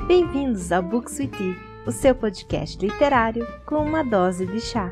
Bem-vindos ao Books with Tea, o seu podcast literário com uma dose de chá.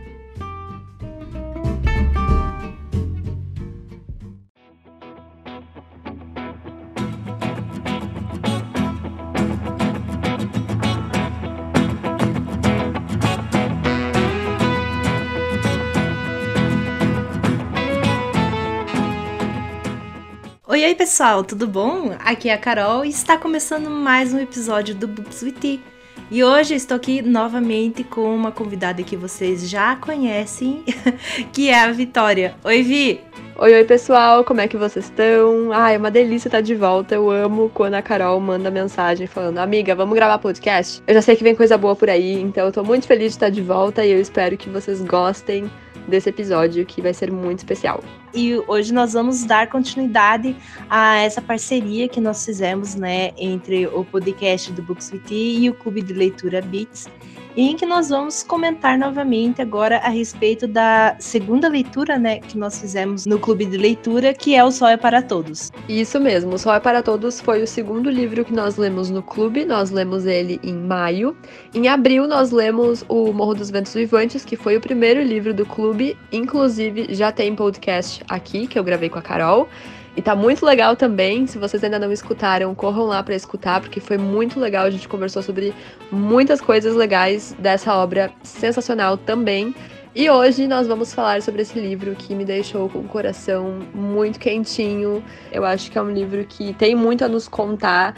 Oi pessoal, tudo bom? Aqui é a Carol e está começando mais um episódio do Books with Tea. E hoje estou aqui novamente com uma convidada que vocês já conhecem, que é a Vitória. Oi Vi! Oi pessoal, como é que vocês estão? É uma delícia estar de volta, eu amo quando a Carol manda mensagem falando: amiga, vamos gravar podcast? Eu já sei que vem coisa boa por aí, então eu tô muito feliz de estar de volta e eu espero que vocês gostem desse episódio, que vai ser muito especial. E hoje nós vamos dar continuidade a essa parceria que nós fizemos, entre o podcast do Books with Tea e o Clube de Leitura Beats, em que nós vamos comentar novamente agora a respeito da segunda leitura, que nós fizemos no Clube de Leitura, que é O Sol é para Todos. Isso mesmo, O Sol é para Todos foi o segundo livro que nós lemos no clube, nós lemos ele em maio. Em abril nós lemos O Morro dos Ventos Vivantes, que foi o primeiro livro do clube, inclusive já tem podcast aqui, que eu gravei com a Carol. E tá muito legal também, se vocês ainda não escutaram, corram lá pra escutar, porque foi muito legal, a gente conversou sobre muitas coisas legais dessa obra sensacional também. E hoje nós vamos falar sobre esse livro que me deixou com o coração muito quentinho. Eu acho que é um livro que tem muito a nos contar.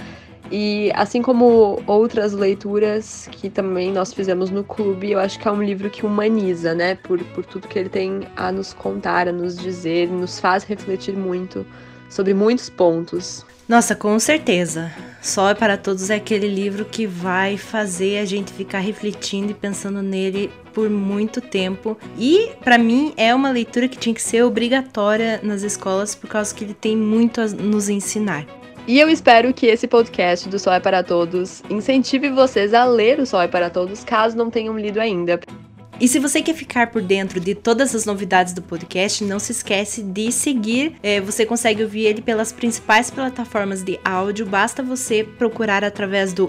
E assim como outras leituras que também nós fizemos no clube, eu acho que é um livro que humaniza, por tudo que ele tem a nos contar, a nos dizer, nos faz refletir muito sobre muitos pontos. Nossa, com certeza. Sol é para Todos é aquele livro que vai fazer a gente ficar refletindo e pensando nele por muito tempo. E, para mim, é uma leitura que tinha que ser obrigatória nas escolas, por causa que ele tem muito a nos ensinar. E eu espero que esse podcast do Sol é para Todos incentive vocês a ler O Sol é para Todos, caso não tenham lido ainda. E se você quer ficar por dentro de todas as novidades do podcast, não se esquece de seguir. Você consegue ouvir ele pelas principais plataformas de áudio. Basta você procurar através do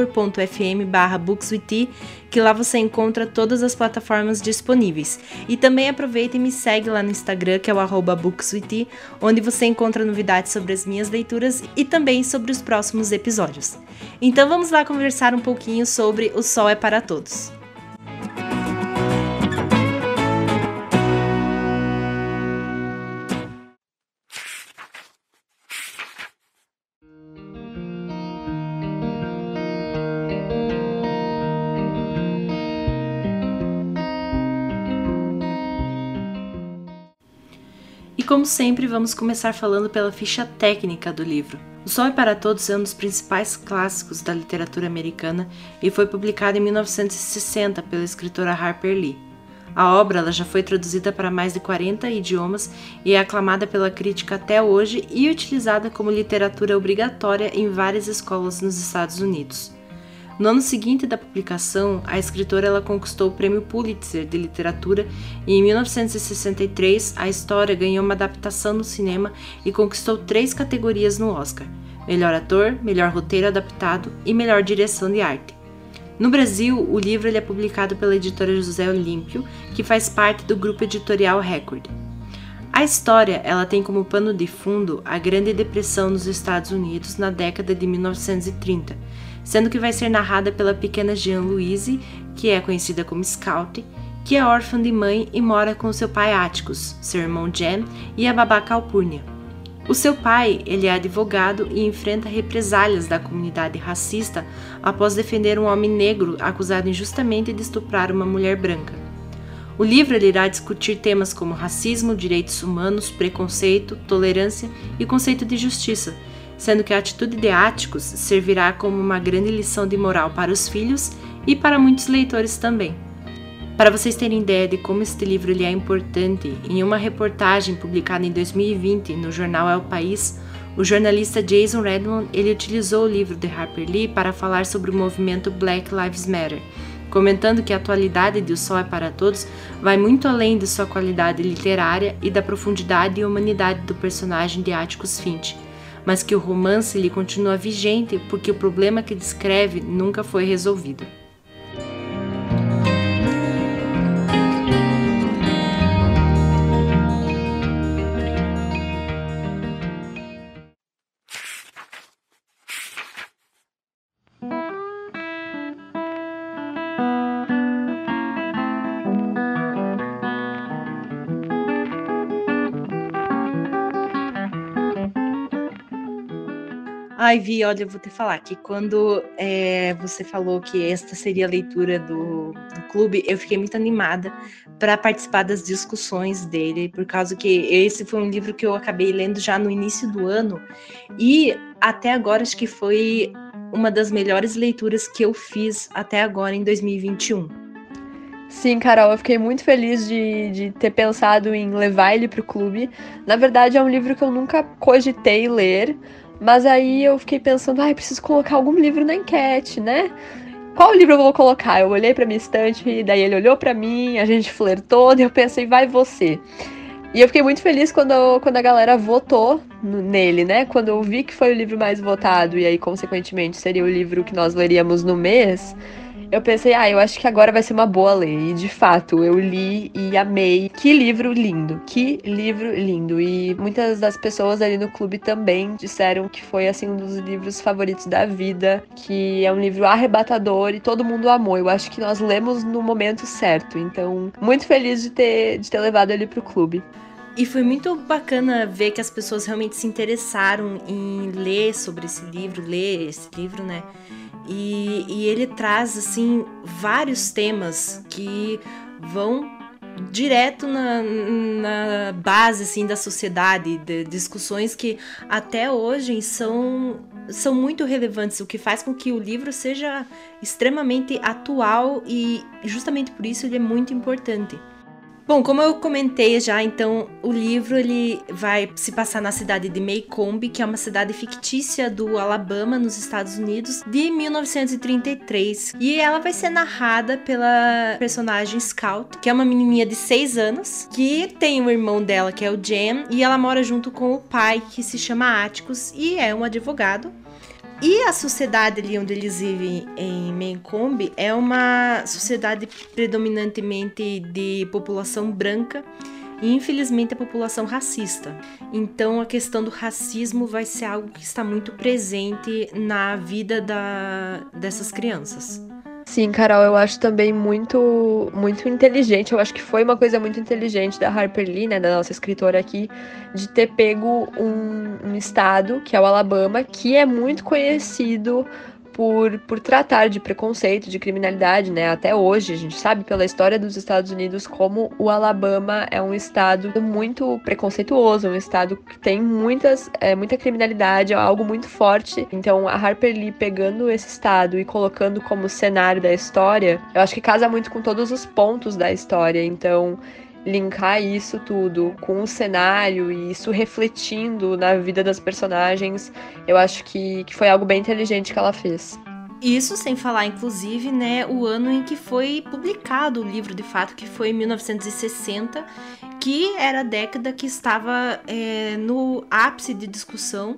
anchor.fm/bookswithtea, que lá você encontra todas as plataformas disponíveis. E também aproveita e me segue lá no Instagram, que é o @bookswithtea, onde você encontra novidades sobre as minhas leituras e também sobre os próximos episódios. Então vamos lá conversar um pouquinho sobre O Sol é para Todos. E como sempre, vamos começar falando pela ficha técnica do livro. O Sol é para Todos é um dos principais clássicos da literatura americana e foi publicado em 1960 pela escritora Harper Lee. A obra ela já foi traduzida para mais de 40 idiomas e é aclamada pela crítica até hoje e utilizada como literatura obrigatória em várias escolas nos Estados Unidos. No ano seguinte da publicação, a escritora ela conquistou o Prêmio Pulitzer de Literatura e em 1963 a história ganhou uma adaptação no cinema e conquistou 3 categorias no Oscar: Melhor Ator, Melhor Roteiro Adaptado e Melhor Direção de Arte. No Brasil, o livro ele é publicado pela editora José Olímpio, que faz parte do grupo editorial Record. A história ela tem como pano de fundo a Grande Depressão nos Estados Unidos na década de 1930, sendo que vai ser narrada pela pequena Jean Louise, que é conhecida como Scout, que é órfã de mãe e mora com seu pai Atticus, seu irmão Jen e a babá Calpurnia. O seu pai ele é advogado e enfrenta represálias da comunidade racista após defender um homem negro acusado injustamente de estuprar uma mulher branca. O livro ele irá discutir temas como racismo, direitos humanos, preconceito, tolerância e conceito de justiça, sendo que a atitude de Atticus servirá como uma grande lição de moral para os filhos e para muitos leitores também. Para vocês terem ideia de como este livro ele é importante, em uma reportagem publicada em 2020 no jornal El País, o jornalista Jason Redmond ele utilizou o livro de Harper Lee para falar sobre o movimento Black Lives Matter, comentando que a atualidade de O Sol é para Todos vai muito além de sua qualidade literária e da profundidade e humanidade do personagem de Atticus Finch, mas que o romance ele continua vigente porque o problema que descreve nunca foi resolvido. Ai, Vi, olha, eu vou te falar que quando você falou que esta seria a leitura do clube, eu fiquei muito animada para participar das discussões dele, por causa que esse foi um livro que eu acabei lendo já no início do ano, e até agora acho que foi uma das melhores leituras que eu fiz até agora em 2021. Sim, Carol, eu fiquei muito feliz de ter pensado em levar ele pro clube. Na verdade, é um livro que eu nunca cogitei ler, mas aí eu fiquei pensando, preciso colocar algum livro na enquete, né? Qual livro eu vou colocar? Eu olhei pra minha estante, e daí ele olhou pra mim, a gente flertou, e eu pensei, vai você. E eu fiquei muito feliz quando a galera votou nele, né? Quando eu vi que foi o livro mais votado, e aí, consequentemente, seria o livro que nós leríamos no mês, eu pensei, eu acho que agora vai ser uma boa ler. E, de fato, eu li e amei. Que livro lindo, que livro lindo. E muitas das pessoas ali no clube também disseram que foi, assim, um dos livros favoritos da vida, que é um livro arrebatador e todo mundo amou. Eu acho que nós lemos no momento certo. Então, muito feliz de ter levado ele pro clube. E foi muito bacana ver que as pessoas realmente se interessaram em ler sobre esse livro, né? E ele traz, assim, vários temas que vão direto na base, assim, da sociedade, de discussões que até hoje são muito relevantes, o que faz com que o livro seja extremamente atual e justamente por isso ele é muito importante. Bom, como eu comentei já, então, o livro ele vai se passar na cidade de Maycomb, que é uma cidade fictícia do Alabama, nos Estados Unidos, de 1933. E ela vai ser narrada pela personagem Scout, que é uma menininha de 6 anos, que tem um irmão dela, que é o Jem, e ela mora junto com o pai, que se chama Atticus, e é um advogado. E a sociedade ali onde eles vivem, em Maycomb, é uma sociedade predominantemente de população branca e, infelizmente, a população racista. Então, a questão do racismo vai ser algo que está muito presente na vida dessas crianças. Sim, Carol, eu acho também muito, muito inteligente. Eu acho que foi uma coisa muito inteligente da Harper Lee, né, da nossa escritora aqui, de ter pego um estado, que é o Alabama, que é muito conhecido por tratar de preconceito, de criminalidade, né? Até hoje, a gente sabe pela história dos Estados Unidos como o Alabama é um estado muito preconceituoso, um estado que tem muita criminalidade, é algo muito forte. Então, a Harper Lee pegando esse estado e colocando como cenário da história, eu acho que casa muito com todos os pontos da história. Então, linkar isso tudo com o cenário e isso refletindo na vida das personagens, eu acho que foi algo bem inteligente que ela fez. Isso sem falar, inclusive, né, o ano em que foi publicado o livro, de fato, que foi em 1960, que era a década que estava no ápice de discussão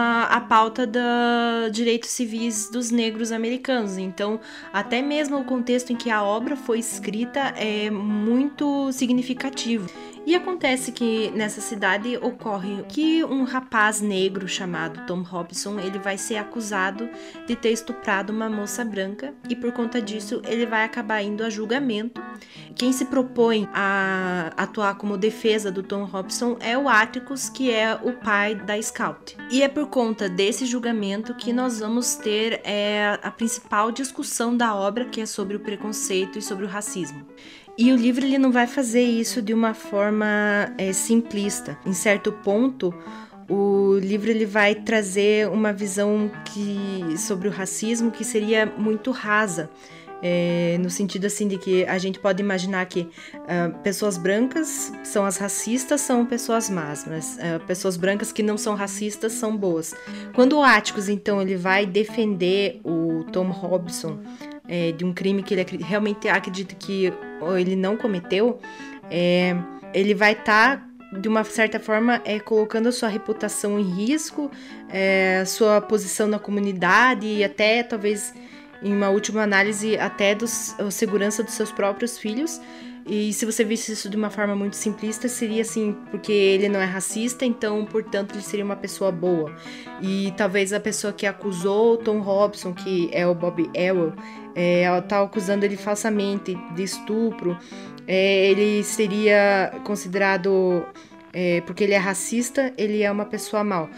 a pauta dos direitos civis dos negros americanos. Então, até mesmo o contexto em que a obra foi escrita é muito significativo. E acontece que nessa cidade ocorre que um rapaz negro chamado Tom Robinson, ele vai ser acusado de ter estuprado uma moça branca e por conta disso ele vai acabar indo a julgamento. Quem se propõe a atuar como defesa do Tom Robinson é o Atticus, que é o pai da Scout. E é por conta desse julgamento que nós vamos ter a principal discussão da obra, que é sobre o preconceito e sobre o racismo. E o livro ele não vai fazer isso de uma forma simplista. Em certo ponto, o livro ele vai trazer uma visão sobre o racismo que seria muito rasa. No sentido assim de que a gente pode imaginar que pessoas brancas são as racistas, são pessoas más, mas pessoas brancas que não são racistas são boas. Quando o Atticus, então, ele vai defender o Tom Robinson de um crime que ele realmente acredita que ele não cometeu, ele vai estar de uma certa forma, colocando a sua reputação em risco, sua posição na comunidade e até, talvez, em uma última análise, até a segurança dos seus próprios filhos. E se você visse isso de uma forma muito simplista, seria assim, porque ele não é racista, então, portanto, ele seria uma pessoa boa. E talvez a pessoa que acusou o Tom Robson, que é o Bob Ewell, ela tá acusando ele falsamente de estupro, ele seria considerado, porque ele é racista, ele é uma pessoa mau.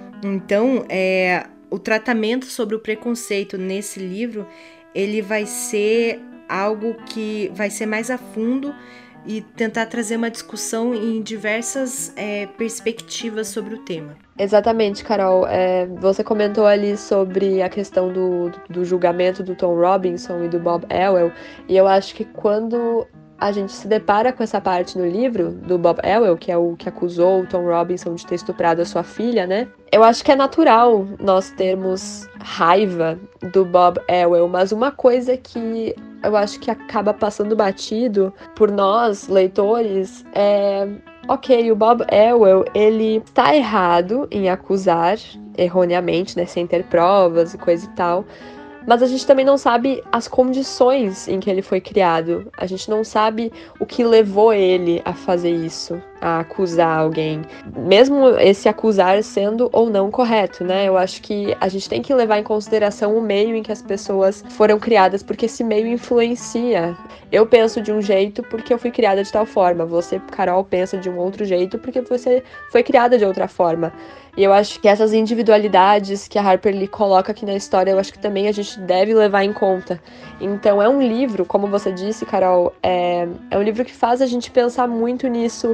Então, o tratamento sobre o preconceito nesse livro, ele vai ser algo que vai ser mais a fundo e tentar trazer uma discussão em diversas perspectivas sobre o tema. Exatamente, Carol. Você comentou ali sobre a questão do julgamento do Tom Robinson e do Bob Ewell, e eu acho que quando a gente se depara com essa parte no livro do Bob Ewell, que é o que acusou o Tom Robinson de ter estuprado a sua filha, né? Eu acho que é natural nós termos raiva do Bob Ewell, mas uma coisa que eu acho que acaba passando batido por nós, leitores, ok, o Bob Ewell, ele tá errado em acusar erroneamente, né, sem ter provas e coisa e tal, mas a gente também não sabe as condições em que ele foi criado. A gente não sabe o que levou ele a fazer isso, a acusar alguém. Mesmo esse acusar sendo ou não correto, né? Eu acho que a gente tem que levar em consideração o meio em que as pessoas foram criadas, porque esse meio influencia. Eu penso de um jeito porque eu fui criada de tal forma. Você, Carol, pensa de um outro jeito porque você foi criada de outra forma. E eu acho que essas individualidades que a Harper Lee coloca aqui na história, eu acho que também a gente deve levar em conta. Então é um livro, como você disse, Carol, é um livro que faz a gente pensar muito nisso,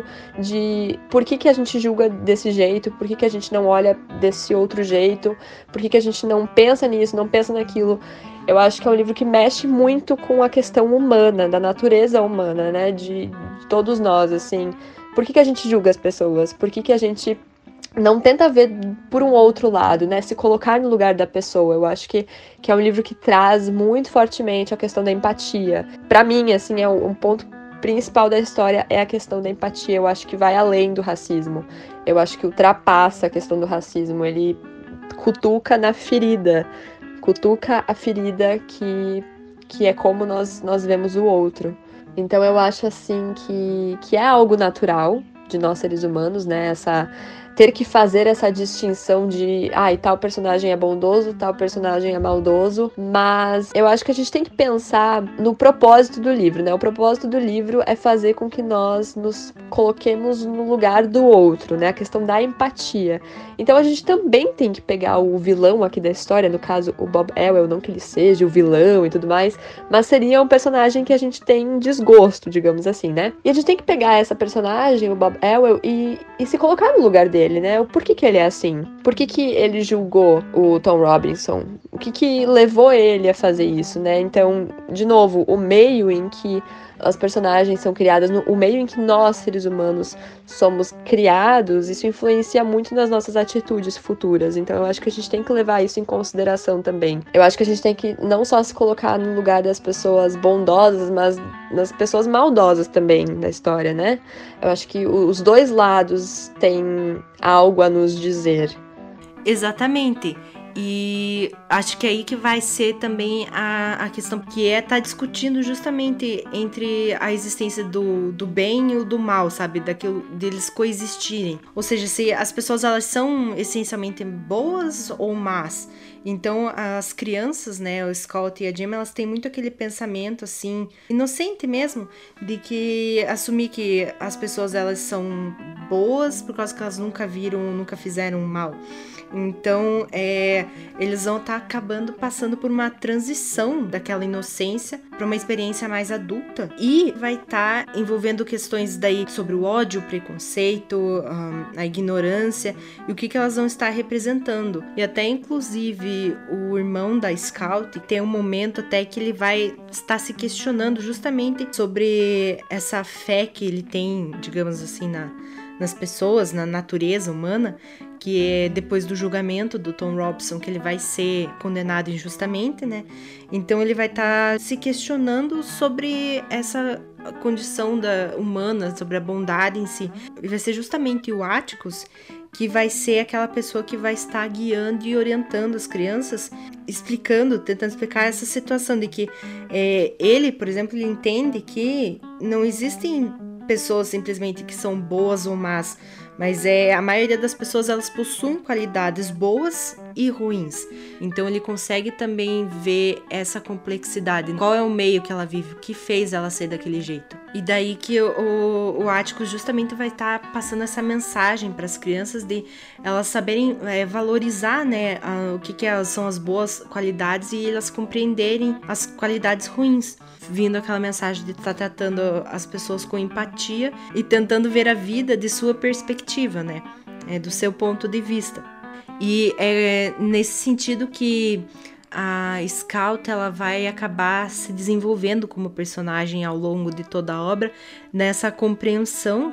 de por que a gente julga desse jeito, por que a gente não olha desse outro jeito, por que a gente não pensa nisso, não pensa naquilo. Eu acho que é um livro que mexe muito com a questão humana, da natureza humana, né, de todos nós, assim. Por que a gente julga as pessoas? Por que a gente não tenta ver por um outro lado, né? Se colocar no lugar da pessoa. Eu acho que é um livro que traz muito fortemente a questão da empatia. Pra mim, assim, é um ponto principal da história é a questão da empatia. Eu acho que vai além do racismo. Eu acho que ultrapassa a questão do racismo. Ele cutuca na ferida. Cutuca a ferida que é como nós vemos o outro. Então eu acho, assim, que é algo natural de nós seres humanos, né? Ter que fazer essa distinção de tal personagem é bondoso, tal personagem é maldoso, mas eu acho que a gente tem que pensar no propósito do livro, né? O propósito do livro é fazer com que nós nos coloquemos no lugar do outro, né? A questão da empatia. Então a gente também tem que pegar o vilão aqui da história, no caso o Bob Ewell, não que ele seja o vilão e tudo mais, mas seria um personagem que a gente tem desgosto, digamos assim, né? E a gente tem que pegar essa personagem, o Bob Ewell, e se colocar no lugar dele, né? Por que ele é assim? Por que ele julgou o Tom Robinson? O que levou ele a fazer isso, né? Então, de novo, o meio em que as personagens são criadas, o meio em que nós, seres humanos, somos criados, isso influencia muito nas nossas atitudes futuras. Então, eu acho que a gente tem que levar isso em consideração também. Eu acho que a gente tem que não só se colocar no lugar das pessoas bondosas, mas nas pessoas maldosas também da história, né? Eu acho que os dois lados têm algo a nos dizer. Exatamente. E acho que é aí que vai ser também a questão que tá discutindo justamente entre a existência do bem e o do mal, sabe? Daquilo deles coexistirem. Ou seja, se as pessoas elas são essencialmente boas ou más. Então as crianças, né, o Scott e a Gemma, elas têm muito aquele pensamento assim, inocente mesmo, de que assumir que as pessoas elas são boas por causa que elas nunca fizeram mal. Então, eles vão estar acabando passando por uma transição daquela inocência para uma experiência mais adulta e vai estar envolvendo questões daí sobre o ódio, o preconceito, a ignorância e o que elas vão estar representando. E até, inclusive, o irmão da Scout tem um momento até que ele vai estar se questionando justamente sobre essa fé que ele tem, digamos assim, nas pessoas, na natureza humana, que é depois do julgamento do Tom Robinson, que ele vai ser condenado injustamente, né? Então ele vai estar se questionando sobre essa a condição humana, sobre a bondade em si. E vai ser justamente o Atticus que vai ser aquela pessoa que vai estar guiando e orientando as crianças, tentando explicar essa situação de que ele, por exemplo, ele entende que não existem pessoas simplesmente que são boas ou más, mas a maioria das pessoas, elas possuem qualidades boas e ruins. Então ele consegue também ver essa complexidade. Qual é o meio que ela vive? O que fez ela ser daquele jeito? E daí que o Atticus justamente vai estar passando essa mensagem para as crianças de elas saberem valorizar, né, o que são as boas qualidades e elas compreenderem as qualidades ruins. Vindo aquela mensagem de estar tratando as pessoas com empatia e tentando ver a vida de sua perspectiva, né? Do seu ponto de vista. E é nesse sentido que a Scout ela vai acabar se desenvolvendo como personagem ao longo de toda a obra, nessa compreensão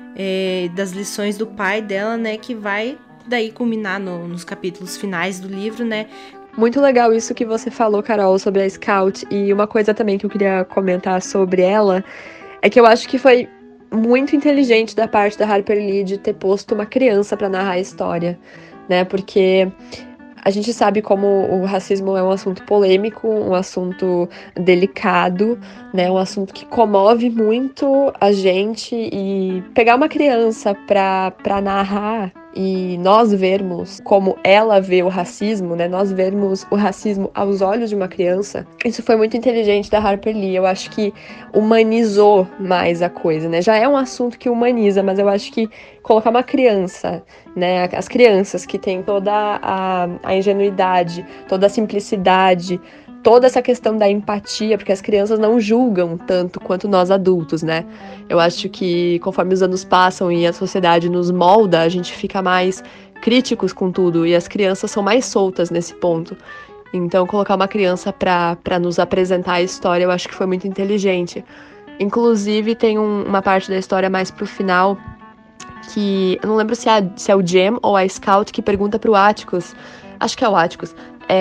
das lições do pai dela, né? Que vai daí culminar nos capítulos finais do livro, né? Muito legal isso que você falou, Carol, sobre a Scout. E uma coisa também que eu queria comentar sobre ela é que eu acho que foi muito inteligente da parte da Harper Lee de ter posto uma criança para narrar a história, né? Porque a gente sabe como o racismo é um assunto polêmico, um assunto delicado, né? Um assunto que comove muito a gente, e pegar uma criança para narrar e nós vermos como ela vê o racismo, né? Nós vermos o racismo aos olhos de uma criança. Isso foi muito inteligente da Harper Lee. Eu acho que humanizou mais a coisa, né? Já é um assunto que humaniza, mas eu acho que colocar uma criança, né? As crianças que têm toda a ingenuidade, toda a simplicidade, toda essa questão da empatia, porque as crianças não julgam tanto quanto nós adultos, né? Eu acho que conforme os anos passam e a sociedade nos molda, a gente fica mais críticos com tudo, e as crianças são mais soltas nesse ponto. Então, colocar uma criança para nos apresentar a história, eu acho que foi muito inteligente. Inclusive, tem uma parte da história mais pro final, que eu não lembro se é o Jem ou a Scout que pergunta pro Atticus, acho que é o Atticus,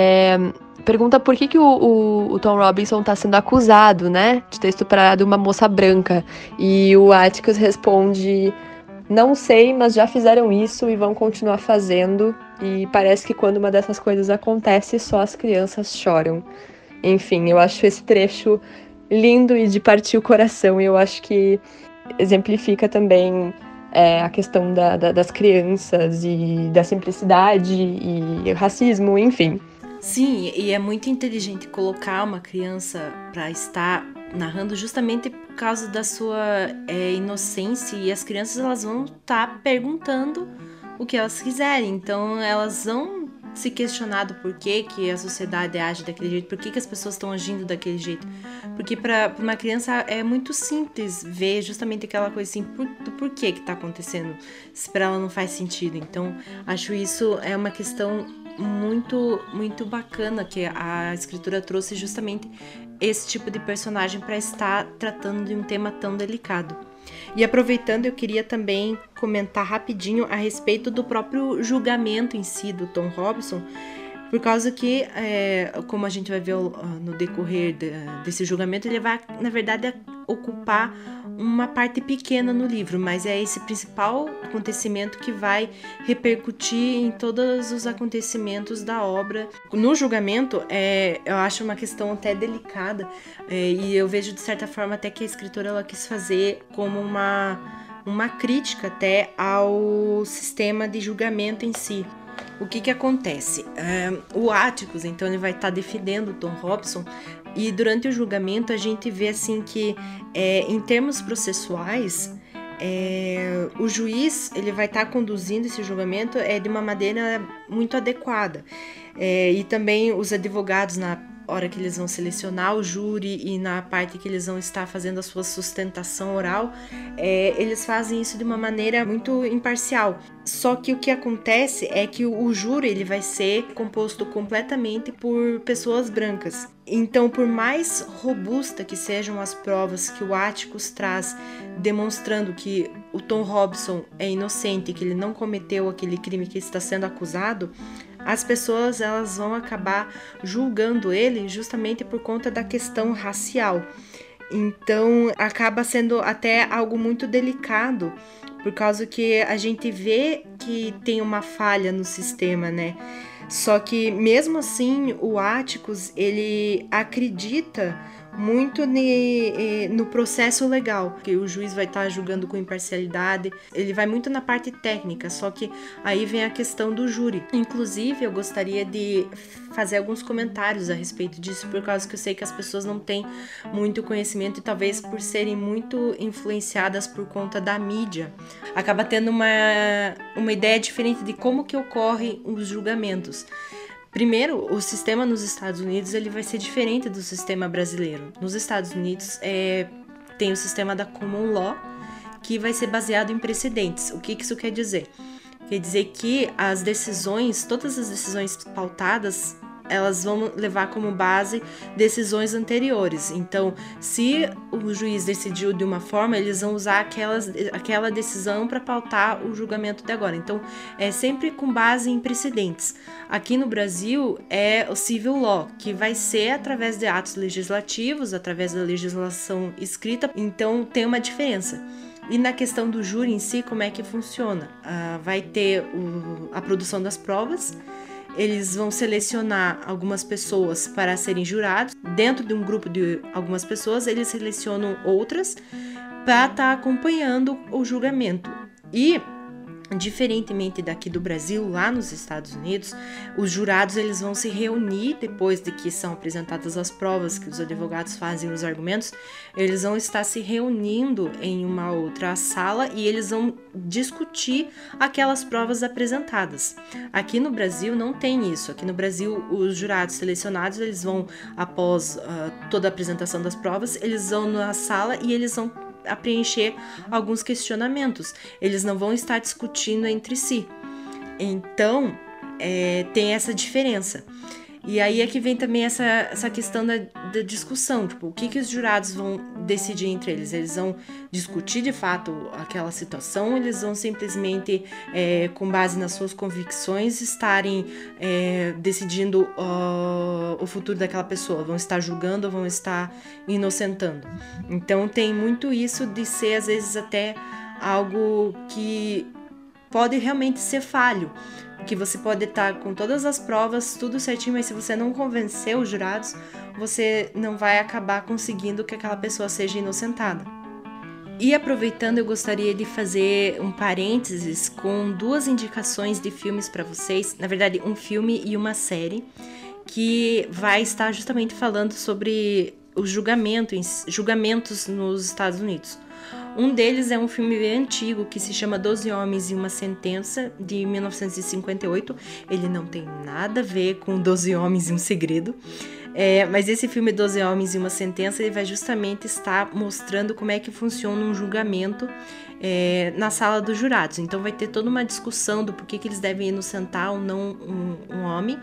pergunta por que o Tom Robinson tá sendo acusado, né, de ter estuprado uma moça branca. E o Atticus responde: não sei, mas já fizeram isso e vão continuar fazendo. E parece que quando uma dessas coisas acontece, só as crianças choram. Enfim, eu acho esse trecho lindo e de partir o coração. E eu acho que exemplifica também a questão das crianças e da simplicidade e racismo, enfim. Sim, e é muito inteligente colocar uma criança para estar narrando justamente por causa da sua inocência, e as crianças elas vão estar perguntando o que elas quiserem, então elas vão se questionar do porquê que a sociedade age daquele jeito, por que as pessoas estão agindo daquele jeito, porque para uma criança é muito simples ver justamente aquela coisa assim, do porquê que está acontecendo, se para ela não faz sentido. Então acho isso é uma questão muito, muito bacana que a escritora trouxe justamente esse tipo de personagem para estar tratando de um tema tão delicado. E aproveitando, eu queria também comentar rapidinho a respeito do próprio julgamento em si do Tom Robinson, por causa que, como a gente vai ver no decorrer desse julgamento, ele vai, na verdade, ocupar uma parte pequena no livro, mas é esse principal acontecimento que vai repercutir em todos os acontecimentos da obra. No julgamento, eu acho uma questão até delicada, e eu vejo de certa forma até que a escritora ela quis fazer como uma crítica até ao sistema de julgamento em si. O que acontece? O Atticus, então, ele vai estar defendendo o Tom Robinson, e durante o julgamento a gente vê assim que, em termos processuais, o juiz ele vai estar conduzindo esse julgamento de uma maneira muito adequada. E também os advogados, na hora que eles vão selecionar o júri e na parte que eles vão estar fazendo a sua sustentação oral, eles fazem isso de uma maneira muito imparcial. Só que o que acontece é que o júri ele vai ser composto completamente por pessoas brancas. Então, por mais robusta que sejam as provas que o Atticus traz, demonstrando que o Tom Robinson é inocente, que ele não cometeu aquele crime que está sendo acusado, as pessoas elas vão acabar julgando ele justamente por conta da questão racial. Então acaba sendo até algo muito delicado, por causa que a gente vê que tem uma falha no sistema, né? Só que mesmo assim o Atticus, ele acredita muito no processo legal, que o juiz vai estar julgando com imparcialidade. Ele vai muito na parte técnica, só que aí vem a questão do júri. Inclusive, eu gostaria de fazer alguns comentários a respeito disso, por causa que eu sei que as pessoas não têm muito conhecimento e talvez por serem muito influenciadas por conta da mídia, acaba tendo uma ideia diferente de como que ocorrem os julgamentos. Primeiro, o sistema nos Estados Unidos ele vai ser diferente do sistema brasileiro. Nos Estados Unidos tem o sistema da Common Law, que vai ser baseado em precedentes. O que isso quer dizer? Quer dizer que todas as decisões pautadas, elas vão levar como base decisões anteriores. Então, se o juiz decidiu de uma forma, eles vão usar aquela decisão para pautar o julgamento de agora. Então, é sempre com base em precedentes. Aqui no Brasil, é o civil law, que vai ser através de atos legislativos, através da legislação escrita. Então, tem uma diferença. E na questão do júri em si, como é que funciona? Vai ter a produção das provas. Eles vão selecionar algumas pessoas para serem jurados. Dentro de um grupo de algumas pessoas, eles selecionam outras para estar acompanhando o julgamento. E, diferentemente daqui do Brasil, lá nos Estados Unidos, os jurados eles vão se reunir depois de que são apresentadas as provas, que os advogados fazem os argumentos, eles vão estar se reunindo em uma outra sala e eles vão discutir aquelas provas apresentadas. Aqui no Brasil não tem isso. Aqui no Brasil, os jurados selecionados, eles vão, após toda a apresentação das provas, eles vão na sala e eles vão a preencher alguns questionamentos. Eles não vão estar discutindo entre si. Então, tem essa diferença. E aí é que vem também essa questão da discussão, tipo, o que os jurados vão decidir entre eles? Eles vão discutir de fato aquela situação, eles vão simplesmente, com base nas suas convicções, estarem decidindo o futuro daquela pessoa, vão estar julgando ou vão estar inocentando. Então tem muito isso de ser, às vezes, até algo que pode realmente ser falho, que você pode estar com todas as provas, tudo certinho, mas se você não convencer os jurados, você não vai acabar conseguindo que aquela pessoa seja inocentada. E aproveitando, eu gostaria de fazer um parênteses com 2 indicações de filmes para vocês, na verdade um filme e uma série, que vai estar justamente falando sobre os julgamentos nos Estados Unidos. Um deles é um filme bem antigo que se chama 12 Homens e uma Sentença, de 1958. Ele não tem nada a ver com 12 Homens e um Segredo. Mas esse filme 12 Homens e uma Sentença, ele vai justamente estar mostrando como é que funciona um julgamento na sala dos jurados. Então vai ter toda uma discussão do porquê que eles devem inocentar ou não um homem.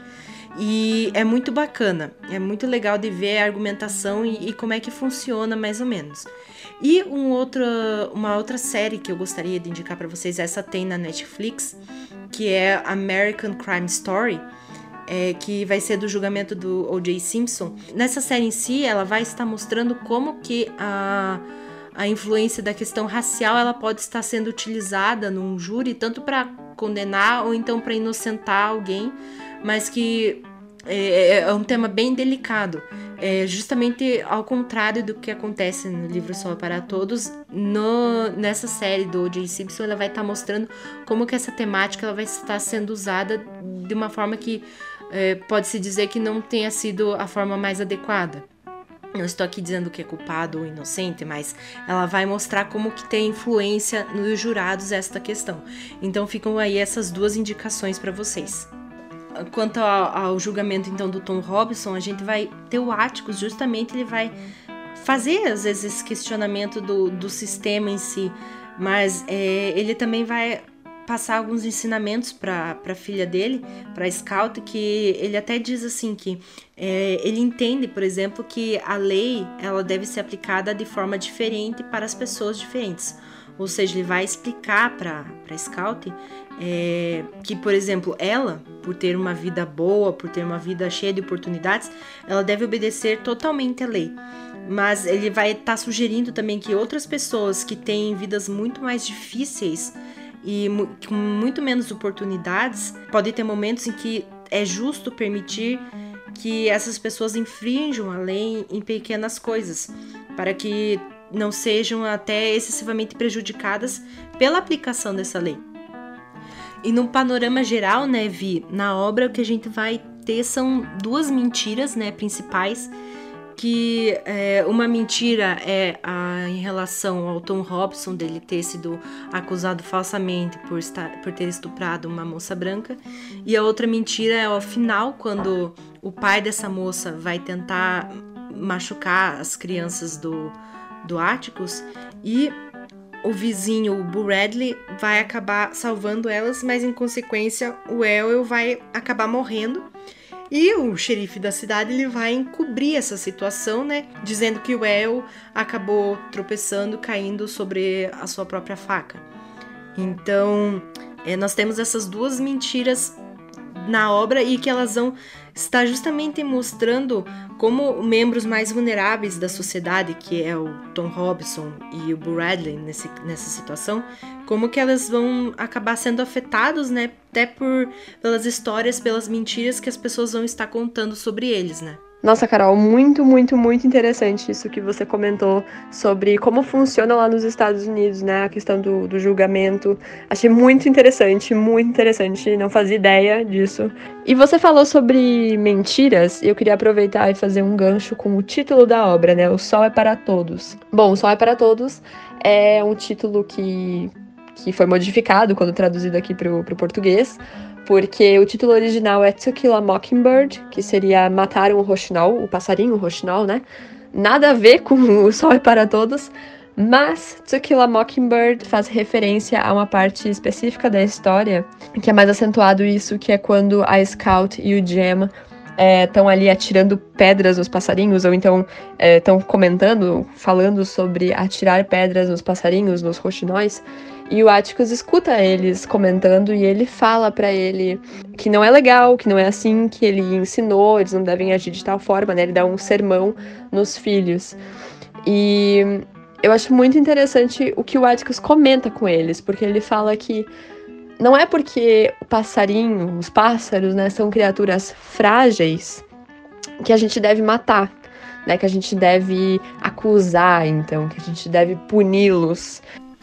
E é muito bacana, é muito legal de ver a argumentação e como é que funciona mais ou menos. E uma outra série que eu gostaria de indicar para vocês, essa tem na Netflix, que é American Crime Story, que vai ser do julgamento do O.J. Simpson. Nessa série em si, ela vai estar mostrando como que a influência da questão racial ela pode estar sendo utilizada num júri, tanto para condenar ou então para inocentar alguém, mas que é um tema bem delicado. Justamente ao contrário do que acontece no livro Sol para Todos, nessa série do O.J. Simpson, ela vai estar mostrando como que essa temática ela vai estar sendo usada de uma forma que pode-se dizer que não tenha sido a forma mais adequada. Não estou aqui dizendo que é culpado ou inocente, mas ela vai mostrar como que tem influência nos jurados esta questão. Então ficam aí essas 2 indicações para vocês. Quanto ao julgamento então do Tom Robinson, a gente vai ter o Atticus, justamente ele vai fazer às vezes esse questionamento do sistema em si, mas ele também vai passar alguns ensinamentos para a filha dele, para a Scout, que ele até diz assim que ele entende, por exemplo, que a lei ela deve ser aplicada de forma diferente para as pessoas diferentes. Ou seja, ele vai explicar para a Scout que, por exemplo, ela, por ter uma vida boa, por ter uma vida cheia de oportunidades, ela deve obedecer totalmente à lei. mas ele vai estar sugerindo também que outras pessoas que têm vidas muito mais difíceis e com muito menos oportunidades, podem ter momentos em que é justo permitir que essas pessoas infrinjam a lei em pequenas coisas, para que não sejam até excessivamente prejudicadas pela aplicação dessa lei. E no panorama geral, né, Vi, na obra o que a gente vai ter são duas mentiras, né, principais, que uma mentira é em relação ao Tom Robson, dele ter sido acusado falsamente por ter estuprado uma moça branca, e a outra mentira é ao final, quando o pai dessa moça vai tentar machucar as crianças do Atticus, e o vizinho, o Bradley, vai acabar salvando elas, mas em consequência o Elwë vai acabar morrendo. E o xerife da cidade ele vai encobrir essa situação, né? Dizendo que o Elwë acabou tropeçando, caindo sobre a sua própria faca. Então, nós temos essas duas mentiras na obra e que elas vão estar justamente mostrando como membros mais vulneráveis da sociedade, que é o Tom Robson e o Bradley nessa situação, como que elas vão acabar sendo afetados, né, até pelas histórias, pelas mentiras que as pessoas vão estar contando sobre eles, né? Nossa, Carol, muito, muito, muito interessante isso que você comentou sobre como funciona lá nos Estados Unidos, né, a questão do julgamento. Achei muito interessante, não fazia ideia disso. E você falou sobre mentiras, e eu queria aproveitar e fazer um gancho com o título da obra, né, O Sol é para Todos. Bom, O Sol é para Todos é um título que foi modificado quando traduzido aqui para o português, porque o título original é To Kill a Mockingbird, que seria matar um roxinol, o passarinho roxinol, né? Nada a ver com O Sol é para Todos, mas To Kill a Mockingbird faz referência a uma parte específica da história, que é mais acentuado isso, que é quando a Scout e o Jem estão ali atirando pedras nos passarinhos, ou então estão falando sobre atirar pedras nos passarinhos, nos roxinóis. E o Atticus escuta eles comentando e ele fala pra ele que não é legal, que não é assim que ele ensinou, eles não devem agir de tal forma, né? Ele dá um sermão nos filhos. E eu acho muito interessante o que o Atticus comenta com eles, porque ele fala que não é porque o passarinho, os pássaros, né, são criaturas frágeis que a gente deve matar, né? Que a gente deve acusar, então, que a gente deve puni-los.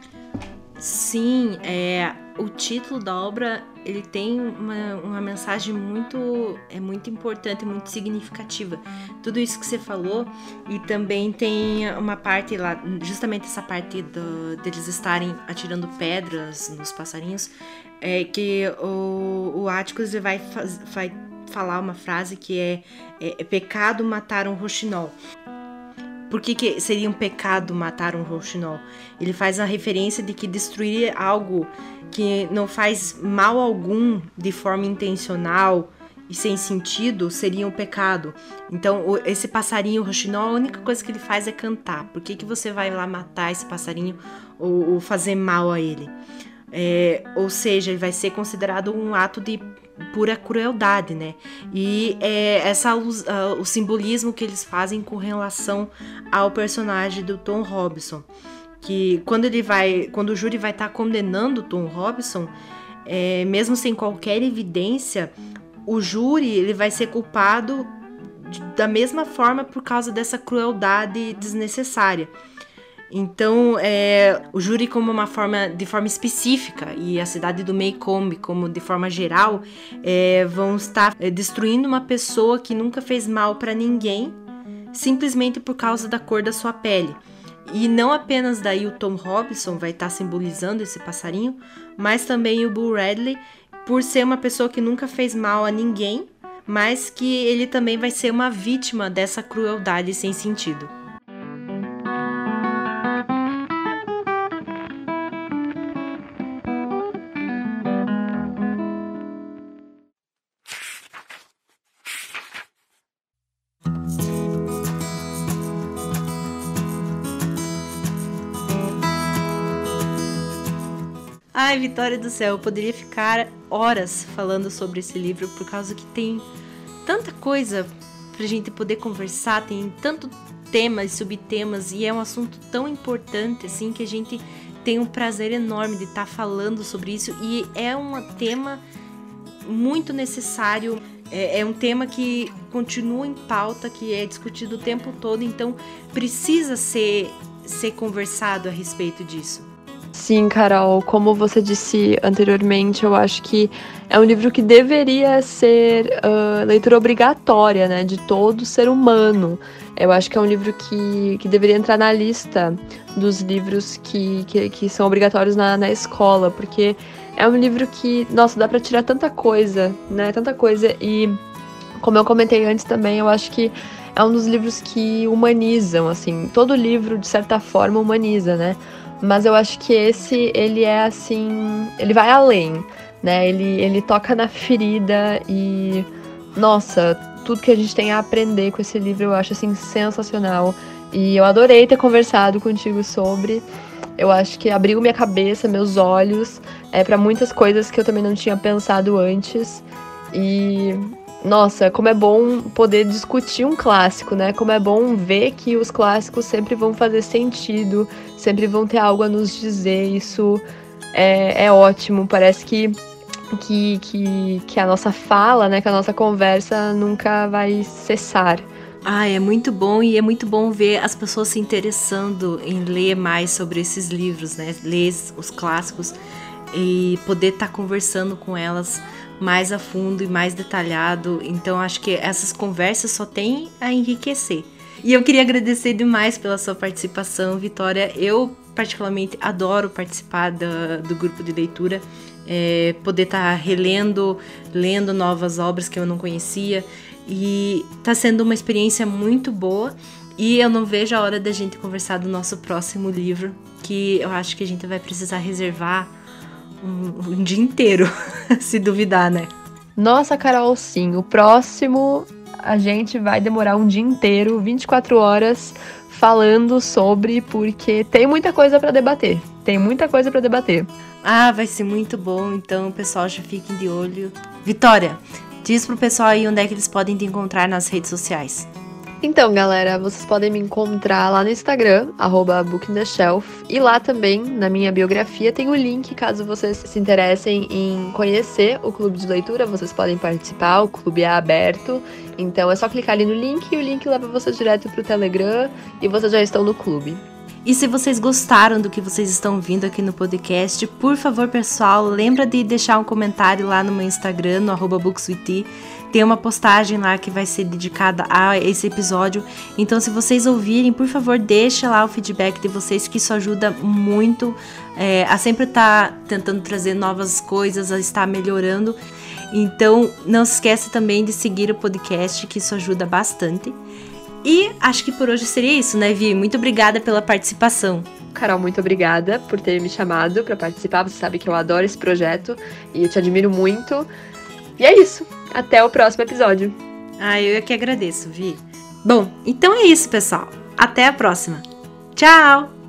Sim, o título da obra ele tem uma mensagem muito importante, muito significativa. Tudo isso que você falou, e também tem uma parte lá, justamente essa parte deles estarem atirando pedras nos passarinhos, que o Atticus vai falar uma frase que é pecado matar um roxinol. Por que seria um pecado matar um roxinol? Ele faz a referência de que destruir algo que não faz mal algum de forma intencional e sem sentido seria um pecado. Então, esse passarinho roxinol, a única coisa que ele faz é cantar. Por que você vai lá matar esse passarinho ou fazer mal a ele? Ou seja, ele vai ser considerado um ato de pura crueldade, né? E o simbolismo que eles fazem com relação ao personagem do Tom Robson, que quando o júri vai estar condenando o Tom Robson, mesmo sem qualquer evidência, o júri ele vai ser culpado da mesma forma por causa dessa crueldade desnecessária. Então, o júri de forma específica, e a cidade do Maycomb como de forma geral, vão estar destruindo uma pessoa que nunca fez mal para ninguém, simplesmente por causa da cor da sua pele. E não apenas daí o Tom Robson vai estar simbolizando esse passarinho, mas também o Bradley, por ser uma pessoa que nunca fez mal a ninguém, mas que ele também vai ser uma vítima dessa crueldade sem sentido. Ai, Vitória do céu, eu poderia ficar horas falando sobre esse livro, por causa que tem tanta coisa pra gente poder conversar, tem temas, subtemas, e é um assunto tão importante, assim, que a gente tem um prazer enorme de estar falando sobre isso, e é um tema muito necessário, é um tema que continua em pauta, que é discutido o tempo todo, então precisa ser conversado a respeito disso. Sim, Carol, como você disse anteriormente, eu acho que é um livro que deveria ser leitura obrigatória, né, de todo ser humano. Eu acho que é um livro que deveria entrar na lista dos livros que são obrigatórios na escola, porque é um livro que, nossa, dá pra tirar tanta coisa, né, tanta coisa, e como eu comentei antes também, eu acho que é um dos livros que humanizam, assim, todo livro, de certa forma, humaniza, né? Mas eu acho que esse, ele é assim, ele vai além, né? Ele toca na ferida e, nossa, tudo que a gente tem a aprender com esse livro eu acho, assim, sensacional. E eu adorei ter conversado contigo sobre. Eu acho que abriu minha cabeça, meus olhos, para muitas coisas que eu também não tinha pensado antes. E, nossa, como é bom poder discutir um clássico, né? Como é bom ver que os clássicos sempre vão fazer sentido, sempre vão ter algo a nos dizer. Isso é ótimo. Parece que a nossa fala, né? Que a nossa conversa nunca vai cessar. É muito bom, e é muito bom ver as pessoas se interessando em ler mais sobre esses livros, né? Ler os clássicos e poder estar conversando com elas mais a fundo e mais detalhado. Então acho que essas conversas só têm a enriquecer. E eu queria agradecer demais pela sua participação, Vitória. Eu particularmente adoro participar do grupo de leitura, poder estar lendo novas obras que eu não conhecia, e está sendo uma experiência muito boa. E eu não vejo a hora da gente conversar do nosso próximo livro, que eu acho que a gente vai precisar reservar um dia inteiro, se duvidar, né? Nossa, Carol, sim. O próximo a gente vai demorar um dia inteiro, 24 horas, falando sobre, porque tem muita coisa pra debater. Tem muita coisa pra debater. Vai ser muito bom. Então, pessoal, já fiquem de olho. Vitória, diz pro pessoal aí onde é que eles podem te encontrar nas redes sociais. Então, galera, vocês podem me encontrar lá no Instagram, @bookinthe_shelf, e lá também, na minha biografia, tem o link, caso vocês se interessem em conhecer o clube de leitura, vocês podem participar, o clube é aberto, então é só clicar ali no link, e o link leva vocês direto pro Telegram, e vocês já estão no clube. E se vocês gostaram do que vocês estão ouvindo aqui no podcast, por favor, pessoal, lembra de deixar um comentário lá no meu Instagram, no @bookswithtea. Tem uma postagem lá que vai ser dedicada a esse episódio. Então, se vocês ouvirem, por favor, deixa lá o feedback de vocês, que isso ajuda muito a sempre estar tentando trazer novas coisas, a estar melhorando. Então, não se esqueça também de seguir o podcast, que isso ajuda bastante. E acho que por hoje seria isso, né, Vi? Muito obrigada pela participação. Carol, muito obrigada por ter me chamado para participar. Você sabe que eu adoro esse projeto e eu te admiro muito. E é isso. Até o próximo episódio. Eu é que agradeço, Vi. Bom, então é isso, pessoal. Até a próxima. Tchau!